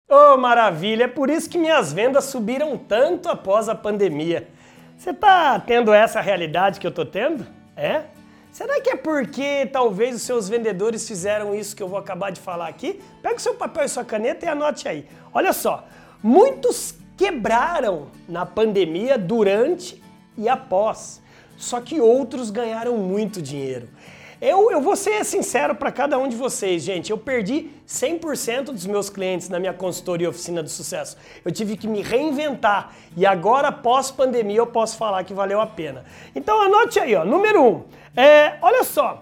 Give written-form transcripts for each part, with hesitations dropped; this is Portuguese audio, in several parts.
Oh, maravilha! É por isso que minhas vendas subiram tanto após a pandemia. Você tá tendo essa realidade que eu tô tendo? É? Será que é porque talvez os seus vendedores fizeram isso que eu vou acabar de falar aqui? Pega o seu papel e sua caneta e anote aí. Olha só, muitos quebraram na pandemia durante e após, só que outros ganharam muito dinheiro. Eu vou ser sincero para cada um de vocês, gente. Eu perdi 100% dos meus clientes na minha consultoria Oficina do Sucesso. Eu tive que me reinventar e agora, pós-pandemia, eu posso falar que valeu a pena. Então anote aí, ó. Número 1. Olha só.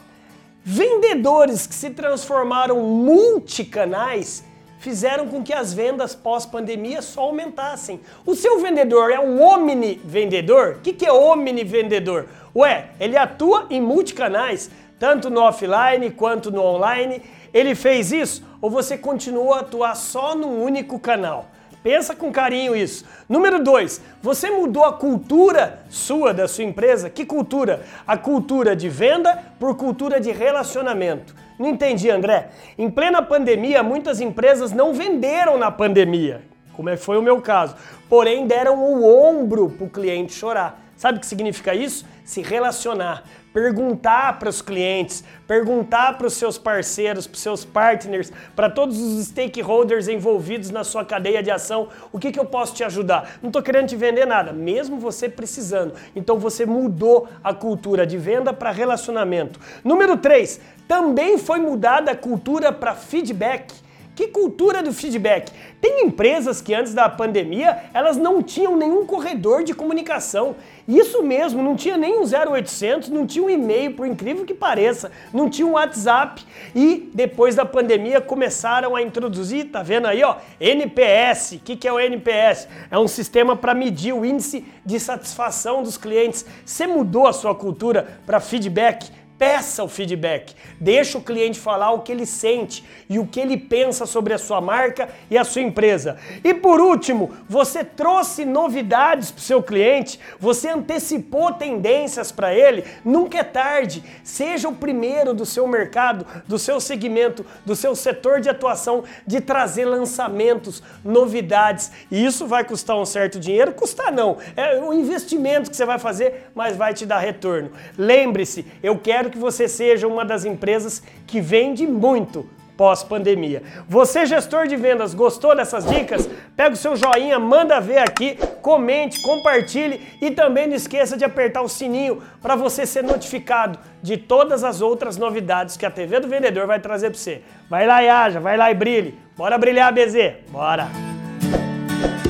Vendedores que se transformaram multicanais fizeram com que as vendas pós-pandemia só aumentassem. O seu vendedor é um omni-vendedor? O que é omni-vendedor? Ué, ele atua em multicanais, tanto no offline quanto no online. Ele fez isso ou você continua a atuar só num único canal? Pensa com carinho isso. Número 2, você mudou a cultura da sua empresa? Que cultura? A cultura de venda por cultura de relacionamento. Não entendi, André. Em plena pandemia, muitas empresas não venderam na pandemia, como foi o meu caso, porém deram o ombro para o cliente chorar. Sabe o que significa isso? Se relacionar, perguntar para os clientes, perguntar para os seus parceiros, para os seus partners, para todos os stakeholders envolvidos na sua cadeia de ação, o que eu posso te ajudar? Não estou querendo te vender nada, mesmo você precisando. Então você mudou a cultura de venda para relacionamento. Número 3, também foi mudada a cultura para feedback. Que cultura do feedback? Tem empresas que antes da pandemia, elas não tinham nenhum corredor de comunicação. Isso mesmo, não tinha nem um 0800, não tinha um e-mail, por incrível que pareça, não tinha um WhatsApp. E depois da pandemia começaram a introduzir, tá vendo aí, ó, NPS. O que é o NPS? É um sistema para medir o índice de satisfação dos clientes. Você mudou a sua cultura para feedback? Peça o feedback, deixa o cliente falar o que ele sente e o que ele pensa sobre a sua marca e a sua empresa. E por último, você trouxe novidades para o seu cliente, você antecipou tendências para ele. Nunca é tarde, seja o primeiro do seu mercado, do seu segmento, do seu setor de atuação, de trazer lançamentos, novidades. E isso vai custar um certo dinheiro? Custar não, é um investimento que você vai fazer, mas vai te dar retorno. Lembre-se, eu quero que você seja uma das empresas que vende muito pós-pandemia. Você, gestor de vendas, gostou dessas dicas? Pega o seu joinha, manda ver aqui, comente, compartilhe e também não esqueça de apertar o sininho para você ser notificado de todas as outras novidades que a TV do Vendedor vai trazer para você. Vai lá e haja, vai lá e brilhe. Bora brilhar, BZ! Bora!